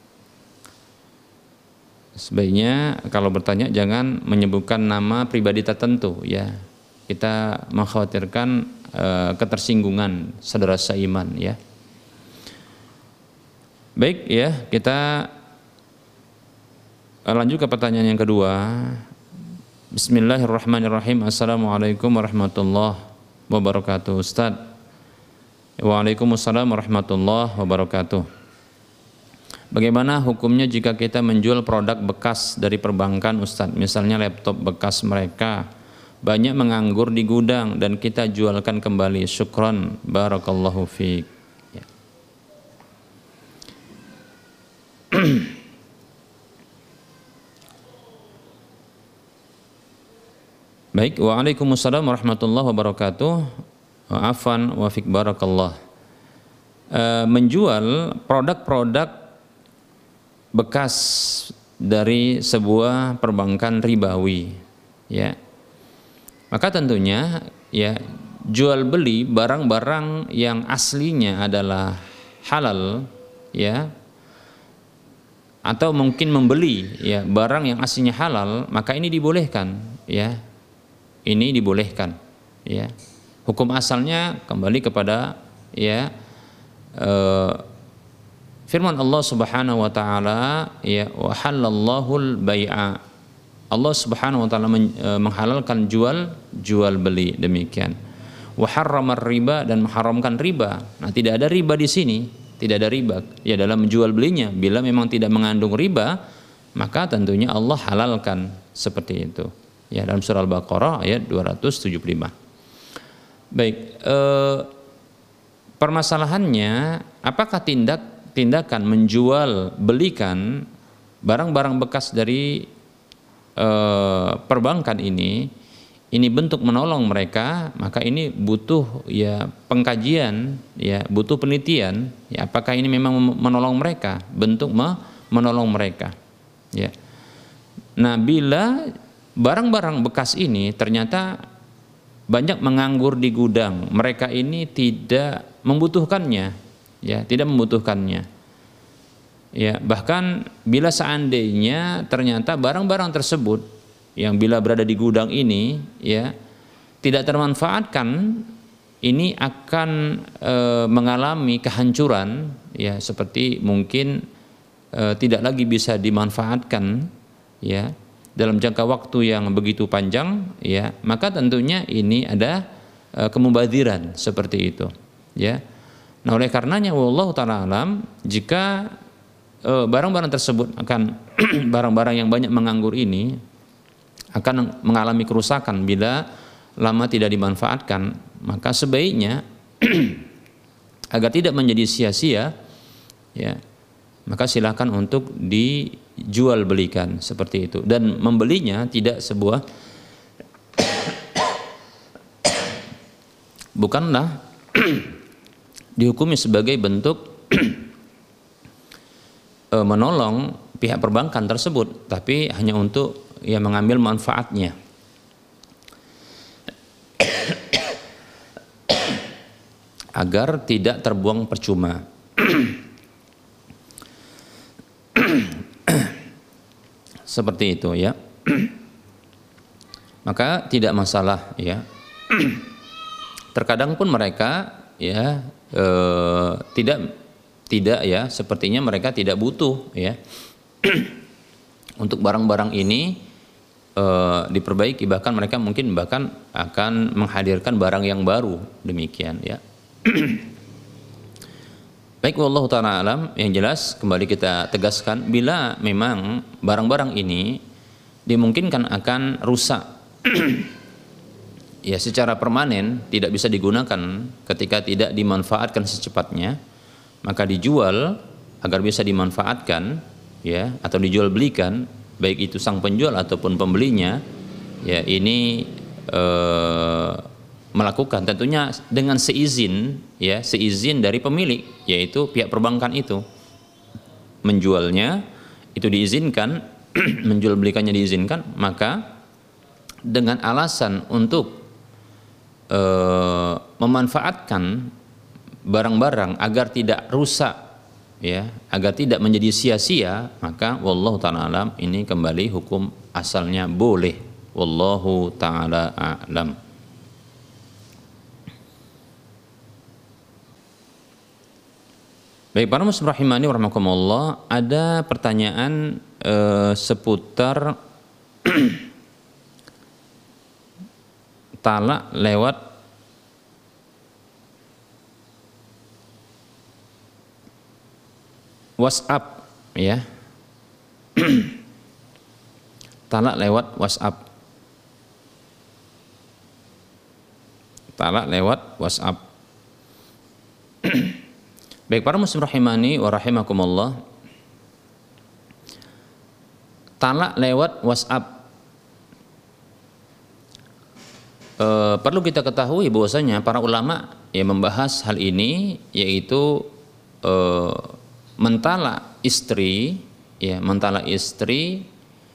Sebaiknya kalau bertanya jangan menyebutkan nama pribadi tertentu ya. Kita mengkhawatirkan ketersinggungan saudara seiman ya. Baik ya, kita lanjut ke pertanyaan yang kedua. Bismillahirrahmanirrahim. Assalamualaikum warahmatullahi wabarakatuh. Ustaz. Waalaikumsalam warahmatullahi wabarakatuh. Bagaimana hukumnya jika kita menjual produk bekas dari perbankan Ustaz? Misalnya laptop bekas mereka banyak menganggur di gudang dan kita jualkan kembali. Syukran, barakallahu fiik. Ya. Baik, waalaikumsalam warahmatullahi wabarakatuh. Afwan wa fiik barakallah. Menjual produk-produk bekas dari sebuah perbankan ribawi, ya. Maka tentunya ya jual beli barang-barang yang aslinya adalah halal, ya. Atau mungkin membeli ya barang yang aslinya halal, maka ini dibolehkan, ya. Ini dibolehkan, ya. Hukum asalnya kembali kepada ya firman Allah Subhanahu wa taala ya wa halallahul bai'a. Allah Subhanahu wa taala menghalalkan jual beli, demikian. Wa harramar riba, dan mengharamkan riba. Nah, tidak ada riba di sini, tidak ada riba ya dalam menjual belinya. Bila memang tidak mengandung riba, maka tentunya Allah halalkan seperti itu. Ya, dalam surah Al-Baqarah ayat 275. Baik, permasalahannya apakah tindakan menjual belikan barang-barang bekas dari perbankan ini bentuk menolong mereka, maka ini butuh ya pengkajian, ya butuh penelitian, ya apakah ini memang menolong mereka, bentuk menolong mereka, ya. Nah, bila barang-barang bekas ini ternyata banyak menganggur di gudang, mereka ini tidak membutuhkannya, ya, tidak membutuhkannya. Ya, bahkan bila seandainya ternyata barang-barang tersebut yang bila berada di gudang ini ya tidak termanfaatkan, ini akan mengalami kehancuran ya, seperti mungkin tidak lagi bisa dimanfaatkan ya dalam jangka waktu yang begitu panjang ya, maka tentunya ini ada kemubadziran seperti itu ya. Nah, oleh karenanya wallahu taala alam, jika barang-barang tersebut akan barang-barang yang banyak menganggur ini akan mengalami kerusakan bila lama tidak dimanfaatkan, maka sebaiknya agar tidak menjadi sia-sia ya, maka silakan untuk dijual belikan seperti itu, dan membelinya tidak sebuah bukanlah dihukumi sebagai bentuk menolong pihak perbankan tersebut, tapi hanya untuk ya mengambil manfaatnya. Agar tidak terbuang percuma. Seperti itu ya. Maka tidak masalah ya. Terkadang pun mereka ya tidak ya, sepertinya mereka tidak butuh ya untuk barang-barang ini diperbaiki, bahkan mereka mungkin bahkan akan menghadirkan barang yang baru, demikian ya. Baik, wallahu ta'ala alam. Yang jelas kembali kita tegaskan, bila memang barang-barang ini dimungkinkan akan rusak ya secara permanen, tidak bisa digunakan ketika tidak dimanfaatkan secepatnya, maka dijual agar bisa dimanfaatkan ya, atau dijual belikan, baik itu sang penjual ataupun pembelinya ya, ini melakukan tentunya dengan seizin ya, seizin dari pemilik, yaitu pihak perbankan itu. Menjualnya itu diizinkan, menjual belikannya diizinkan, maka dengan alasan untuk memanfaatkan barang-barang agar tidak rusak ya, agar tidak menjadi sia-sia, maka wallahu ta'ala alam, ini kembali hukum asalnya boleh. Wallahu ta'ala a'lam. Baik, para muslim rahimani wa rahmakumullah, ada pertanyaan seputar talak lewat WhatsApp ya. Talak lewat WhatsApp. Talak lewat WhatsApp. Baik, para muslim rahimani wa rahimakumullah, talak lewat WhatsApp, perlu kita ketahui bahwasanya para ulama yang membahas hal ini, yaitu mentalak istri ya, mentalak istri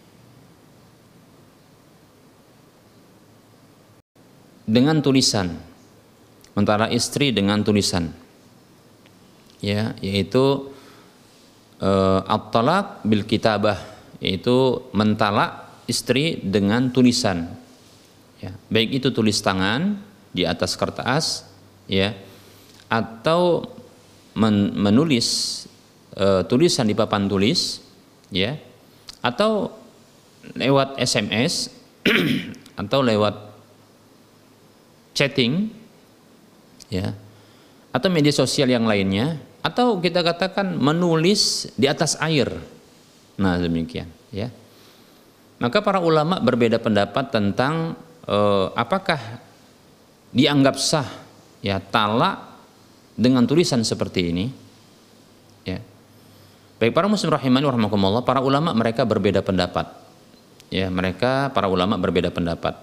dengan tulisan, mentalak istri dengan tulisan ya, yaitu at-talaq bil kitabah, yaitu mentalak istri dengan tulisan ya, baik itu tulis tangan di atas kertas ya, atau menulis tulisan di papan tulis ya, atau lewat SMS atau lewat chatting ya, atau media sosial yang lainnya, atau kita katakan menulis di atas air. Nah, demikian ya. Maka para ulama berbeda pendapat tentang apakah dianggap sah ya talak dengan tulisan seperti ini ya. Baik, para muslim rahimani wa rahimakumullah, para ulama mereka berbeda pendapat ya, para ulama berbeda pendapat.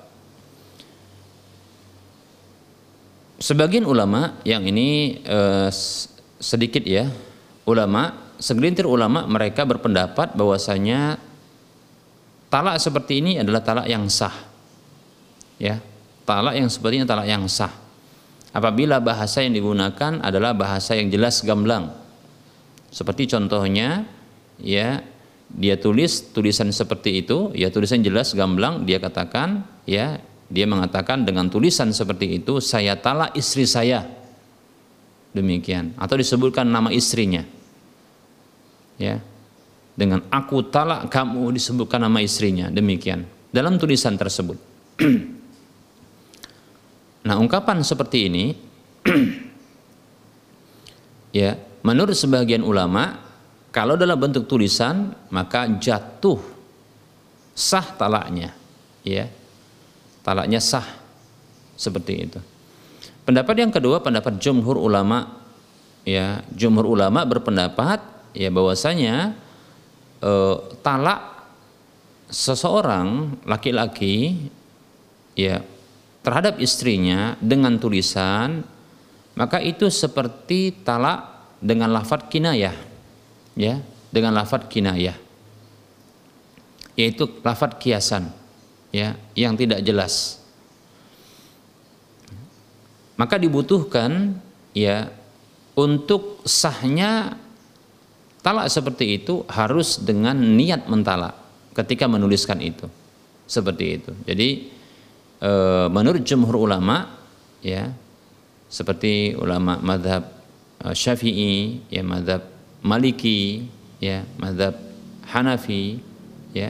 Sebagian ulama yang ini sedikit ya, segelintir ulama mereka berpendapat bahwasanya talak seperti ini adalah talak yang sah ya, talak yang seperti ini talak yang sah. apabila bahasa yang digunakan adalah bahasa yang jelas gamblang. Seperti contohnya, ya, dia tulis tulisan seperti itu, ya tulisan jelas gamblang, dia katakan, ya, dia mengatakan dengan tulisan seperti itu, saya talak istri saya. Demikian, atau disebutkan nama istrinya. Ya. Dengan aku talak kamu, disebutkan nama istrinya, demikian. Dalam tulisan tersebut. Nah, ungkapan seperti ini ya, menurut sebagian ulama, kalau dalam bentuk tulisan maka jatuh sah talaknya, ya. Talaknya sah seperti itu. Pendapat yang kedua, pendapat jumhur ulama, ya, jumhur ulama berpendapat, ya, bahwasanya talak seseorang laki-laki, ya, terhadap istrinya dengan tulisan, maka itu seperti talak dengan lafadz kinayah, ya, dengan lafadz kinayah, yaitu lafadz kiasan, ya, yang tidak jelas. Maka dibutuhkan, ya, untuk sahnya talak seperti itu harus dengan niat mentalak ketika menuliskan itu, seperti itu. Jadi menurut jumhur ulama, ya, seperti ulama mazhab Syafi'i, ya, mazhab Maliki, ya, mazhab Hanafi, ya,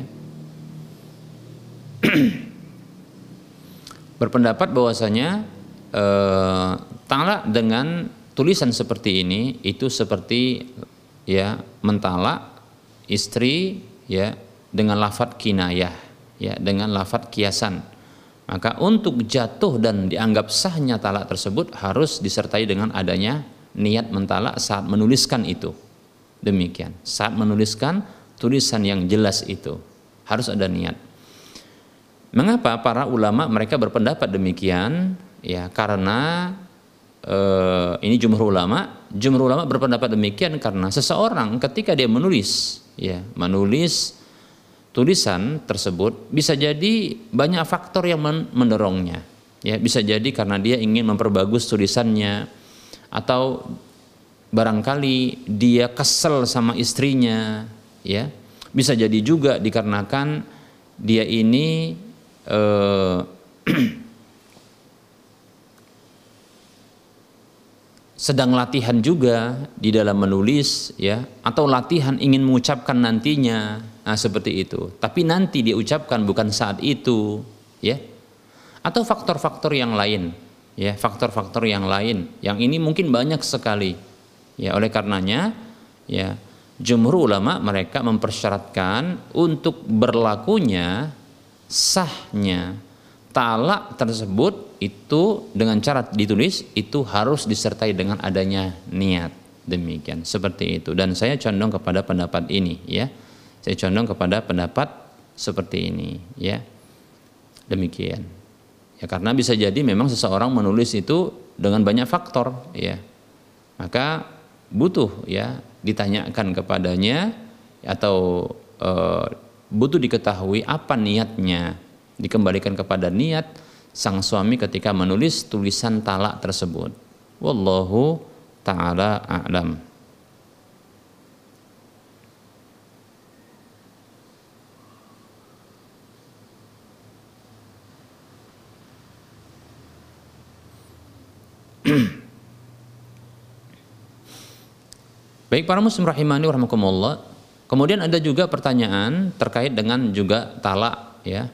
berpendapat bahwasanya talak dengan tulisan seperti ini itu seperti, ya, mentalak istri, ya, dengan lafadz kinayah, ya, dengan lafadz kiasan. Maka untuk jatuh dan dianggap sahnya talak tersebut harus disertai dengan adanya niat mentalak saat menuliskan itu. Demikian, saat menuliskan tulisan yang jelas itu harus ada niat. Mengapa para ulama mereka berpendapat demikian? Ya, karena ini jumhur ulama berpendapat demikian karena seseorang ketika dia menulis, ya, menulis tulisan tersebut bisa jadi banyak faktor yang mendorongnya, ya, bisa jadi karena dia ingin memperbagus tulisannya, atau barangkali dia kesel sama istrinya, ya, bisa jadi juga dikarenakan dia ini sedang latihan juga di dalam menulis, ya, atau latihan ingin mengucapkan nantinya, nah, seperti itu. Tapi nanti dia ucapkan bukan saat itu, ya. Atau faktor-faktor yang lain, ya, faktor-faktor yang lain. Yang ini mungkin banyak sekali. Ya, oleh karenanya, ya, jumhur ulama mereka mempersyaratkan untuk berlakunya sahnya talak tersebut itu dengan cara ditulis itu harus disertai dengan adanya niat. Demikian, seperti itu. Dan saya condong kepada pendapat ini, ya. Saya condong kepada pendapat seperti ini, ya. Demikian. Ya, karena bisa jadi memang seseorang menulis itu dengan banyak faktor, ya. Maka butuh, ya, ditanyakan kepadanya atau butuh diketahui apa niatnya, dikembalikan kepada niat sang suami ketika menulis tulisan talak tersebut. Wallahu ta'ala a'lam. Baik para muslim rahimani wa rahmakumullah. Kemudian ada juga pertanyaan terkait dengan juga talak, ya,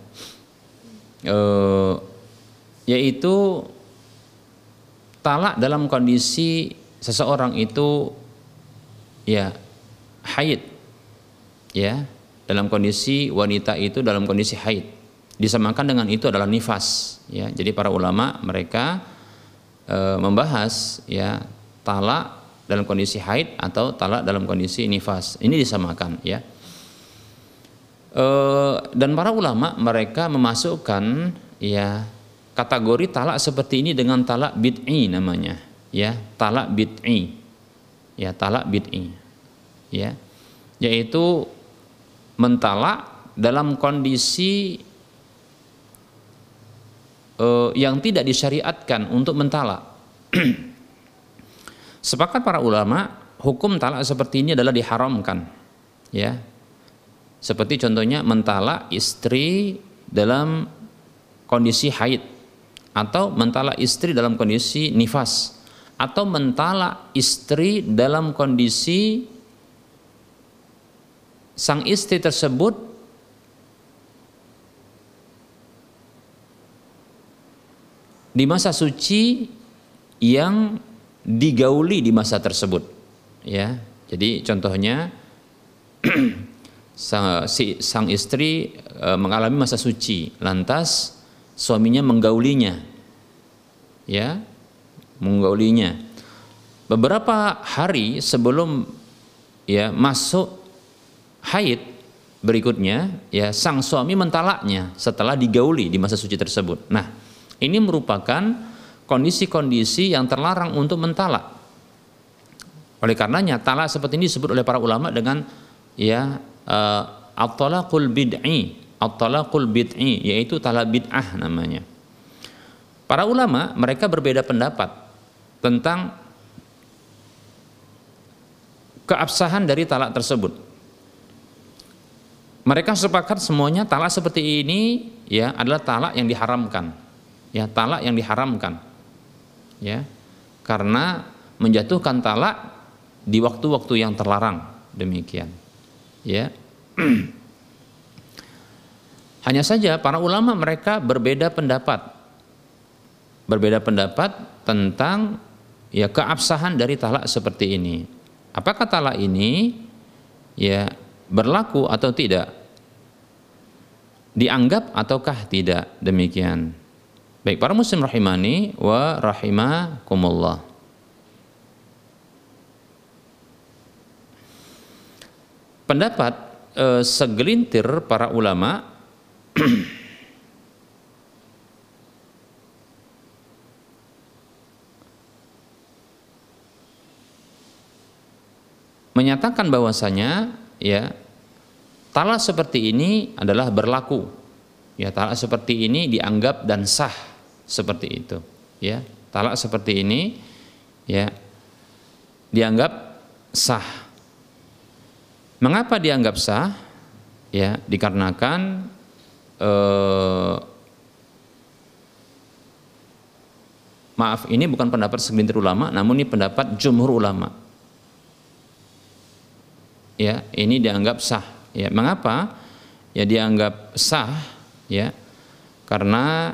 yaitu talak dalam kondisi seseorang itu, ya, haid, ya, dalam kondisi wanita itu dalam kondisi haid, disamakan dengan itu adalah nifas, ya. Jadi para ulama mereka membahas, ya, talak dalam kondisi haid atau talak dalam kondisi nifas, ini disamakan, ya. Dan para ulama mereka memasukkan, ya, kategori talak seperti ini dengan talak bid'i namanya, ya, talak bid'i, ya, talak bid'i, ya, yaitu mentalak dalam kondisi yang tidak disyariatkan untuk mentalak, Sepakat para ulama, hukum talak seperti ini adalah diharamkan. Ya. Seperti contohnya mentalak istri dalam kondisi haid, atau mentalak istri dalam kondisi nifas, atau mentalak istri dalam kondisi sang istri tersebut di masa suci yang digauli di masa tersebut, ya. Jadi contohnya sang istri mengalami masa suci, lantas suaminya menggaulinya, ya, menggaulinya. Beberapa hari sebelum ya masuk haid berikutnya, ya, sang suami mentalaknya setelah digauli di masa suci tersebut. Nah, ini merupakan kondisi-kondisi yang terlarang untuk mentalak. Oleh karenanya talak seperti ini disebut oleh para ulama dengan ya at-talaqul bid'i, at-talaqul bid'i, yaitu talak bid'ah namanya. Para ulama mereka berbeda pendapat tentang keabsahan dari talak tersebut. Mereka sepakat semuanya talak seperti ini ya adalah talak yang diharamkan. Ya, talak yang diharamkan. Ya, karena menjatuhkan talak di waktu-waktu yang terlarang, demikian. Ya. Hanya saja para ulama mereka berbeda pendapat tentang ya keabsahan dari talak seperti ini. Apakah talak ini ya berlaku atau tidak? Dianggap ataukah tidak? Demikian. Baik, para muslim rahimani wa rahimakumullah. Pendapat segelintir para ulama menyatakan bahwasanya ya talak seperti ini adalah berlaku. Ya, talak seperti ini dianggap dan sah seperti itu. Ya, talak seperti ini ya dianggap sah. Mengapa dianggap sah? Ya, dikarenakan maaf, ini bukan pendapat segelintir ulama, namun ini pendapat jumhur ulama. Ya, ini dianggap sah. Ya, mengapa? Ya dianggap sah, ya, karena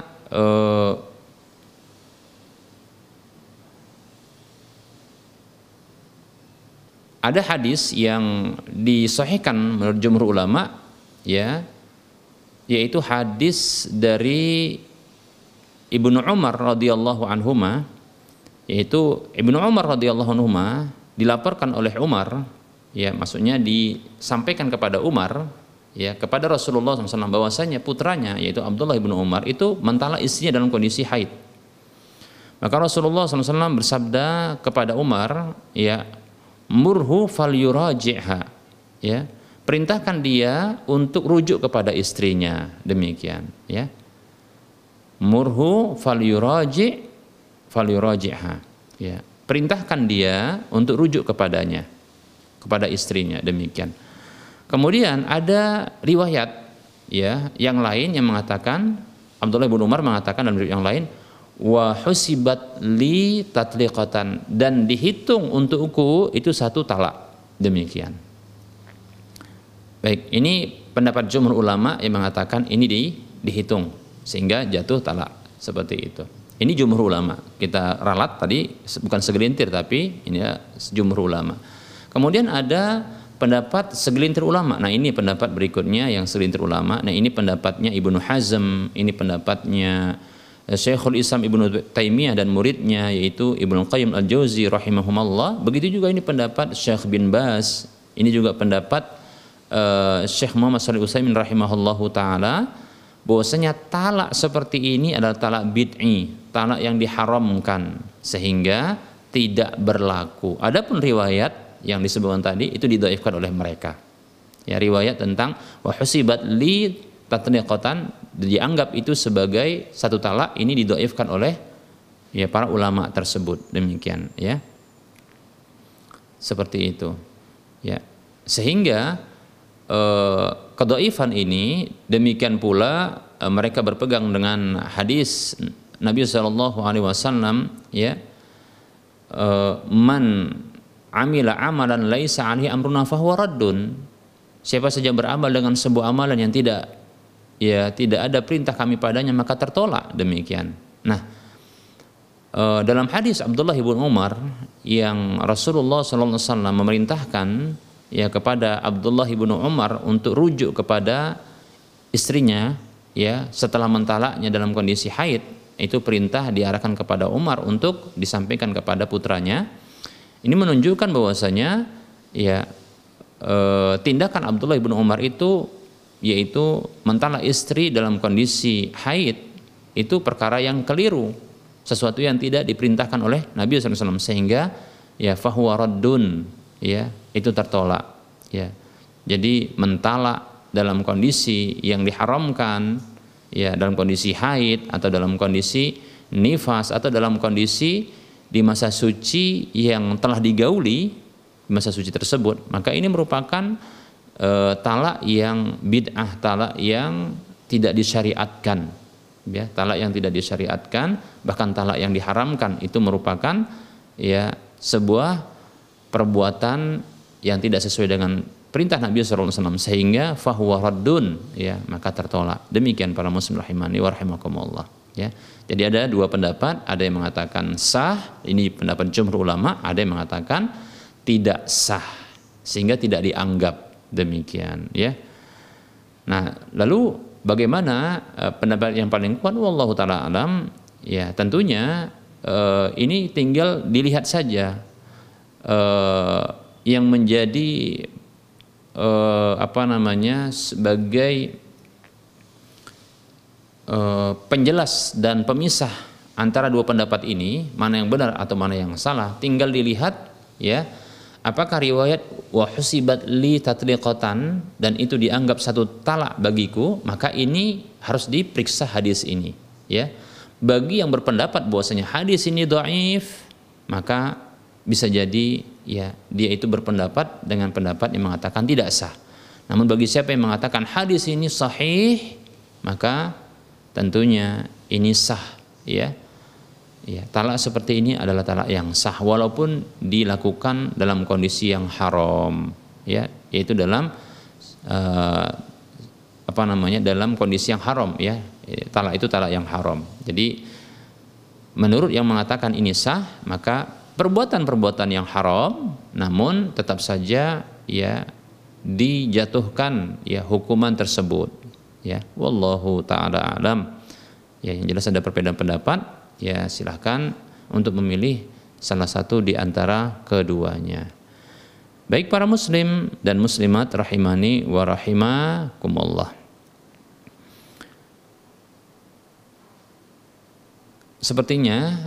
ada hadis yang disahihkan menurut jumhur ulama, ya, yaitu hadis dari Ibnu Umar radhiyallahu anhuma, yaitu Ibnu Umar radhiyallahu anhuma dilaporkan oleh Umar, ya, maksudnya disampaikan kepada Umar, ya, kepada Rasulullah SAW bahwasanya putranya yaitu Abdullah bin Umar itu mentalak istrinya dalam kondisi haid. Maka Rasulullah SAW bersabda kepada Umar, ya, murhu falyuraji'ha, ya, perintahkan dia untuk rujuk kepada istrinya, demikian, ya. Murhu falyuraji'ha, ya, perintahkan dia untuk rujuk kepadanya, kepada istrinya, demikian. Kemudian ada riwayat ya yang lain yang mengatakan, Abdullah bin Umar mengatakan dalam riwayat yang lain, wa husibat li tatliqatan, dan dihitung untukku itu satu talak, demikian. Baik, ini pendapat jumhur ulama yang mengatakan ini dihitung sehingga jatuh talak seperti itu. Ini jumhur ulama, kita ralat tadi bukan segelintir tapi ini ya jumhur ulama. Kemudian ada pendapat segelintir ulama. Nah, ini pendapat berikutnya yang segelintir ulama. Nah, ini pendapatnya Ibnu Hazm, ini pendapatnya Syekhul Islam Ibnu Taimiyah dan muridnya yaitu Ibnu Qayyim Al-Jauzi rahimahumullah. Begitu juga ini pendapat Syekh bin Baz. Ini juga pendapat Syekh Muhammad Shalih Utsaimin rahimahullahu taala, bahwasanya talak seperti ini adalah talak bid'i, talak yang diharamkan sehingga tidak berlaku. Adapun riwayat yang disebutkan tadi itu didhaifkan oleh mereka. Ya, riwayat tentang wa husibat li tatniqatan dianggap itu sebagai satu talak, ini didhaifkan oleh ya para ulama tersebut, demikian ya. Seperti itu ya. Sehingga kedhaifan ini demikian pula mereka berpegang dengan hadis Nabi sallallahu alaihi wasallam ya, man amila amalan laisa alaihi amruna fahuwa raddun. Siapa saja beramal dengan sebuah amalan yang tidak ada perintah kami padanya, maka tertolak, demikian. Nah, dalam hadis Abdullah bin Umar yang Rasulullah sallallahu alaihi wasallam memerintahkan ya kepada Abdullah bin Umar untuk rujuk kepada istrinya ya setelah mentalaknya dalam kondisi haid, itu perintah diarahkan kepada Umar untuk disampaikan kepada putranya. Ini menunjukkan bahwasanya ya tindakan Abdullah bin Umar itu yaitu mentalak istri dalam kondisi haid itu perkara yang keliru, sesuatu yang tidak diperintahkan oleh Nabi SAW, sehingga ya fahuwa raddun ya, itu tertolak ya. Jadi mentalak dalam kondisi yang diharamkan ya, dalam kondisi haid atau dalam kondisi nifas atau dalam kondisi di masa suci yang telah digauli masa suci tersebut, maka ini merupakan talak yang bid'ah, talak yang tidak disyariatkan ya, talak yang tidak disyariatkan, bahkan talak yang diharamkan, itu merupakan ya sebuah perbuatan yang tidak sesuai dengan perintah Nabi SAW, sehingga fahuwa raddun ya, maka tertolak. Demikian para muslim rahimani wa rahimakumullah ya. Jadi ada dua pendapat, ada yang mengatakan sah, ini pendapat jumhur ulama, ada yang mengatakan tidak sah sehingga tidak dianggap, demikian ya. Nah, lalu bagaimana pendapat yang paling kuat? Wallahu taala alam ya, tentunya ini tinggal dilihat saja yang menjadi sebagai penjelas dan pemisah antara dua pendapat ini, mana yang benar atau mana yang salah, tinggal dilihat ya, apakah riwayat wa husibat li tatliqatan dan itu dianggap satu talak bagiku, maka ini harus diperiksa hadis ini ya. Bagi yang berpendapat bahwasanya hadis ini dhaif, maka bisa jadi ya dia itu berpendapat dengan pendapat yang mengatakan tidak sah. Namun bagi siapa yang mengatakan hadis ini sahih, maka tentunya ini sah ya. Ya, talak seperti ini adalah talak yang sah walaupun dilakukan dalam kondisi yang haram ya, yaitu dalam dalam kondisi yang haram ya. Talak itu talak yang haram. Jadi menurut yang mengatakan ini sah, maka perbuatan-perbuatan yang haram namun tetap saja ya dijatuhkan ya hukuman tersebut ya. Wallahu taala alam ya. Yang jelas ada perbedaan pendapat ya, silahkan untuk memilih salah satu di antara keduanya. Baik para muslim dan muslimat rahimani wa rahimakumullah. Sepertinya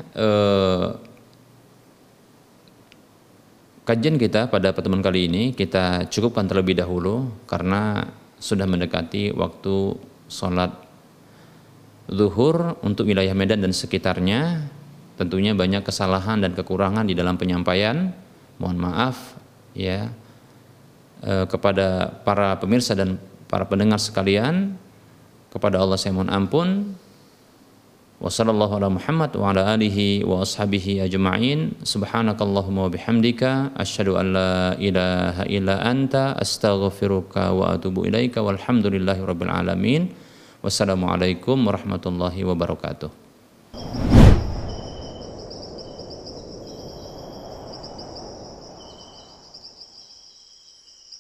kajian kita pada pertemuan kali ini kita cukupkan terlebih dahulu karena sudah mendekati waktu sholat zuhur untuk wilayah Medan dan sekitarnya. Tentunya banyak kesalahan dan kekurangan di dalam penyampaian. Mohon maaf ya kepada para pemirsa dan para pendengar sekalian. Kepada Allah saya mohon ampun. Wassallallahu ala Muhammad wa ala alihi wa ashabihi ajma'in. Subhanakallahumma wa bihamdika asyhadu an la ilaha illa anta astaghfiruka wa atubu ilaika walhamdulillahi rabbil alamin. Wassalamualaikum warahmatullahi wabarakatuh.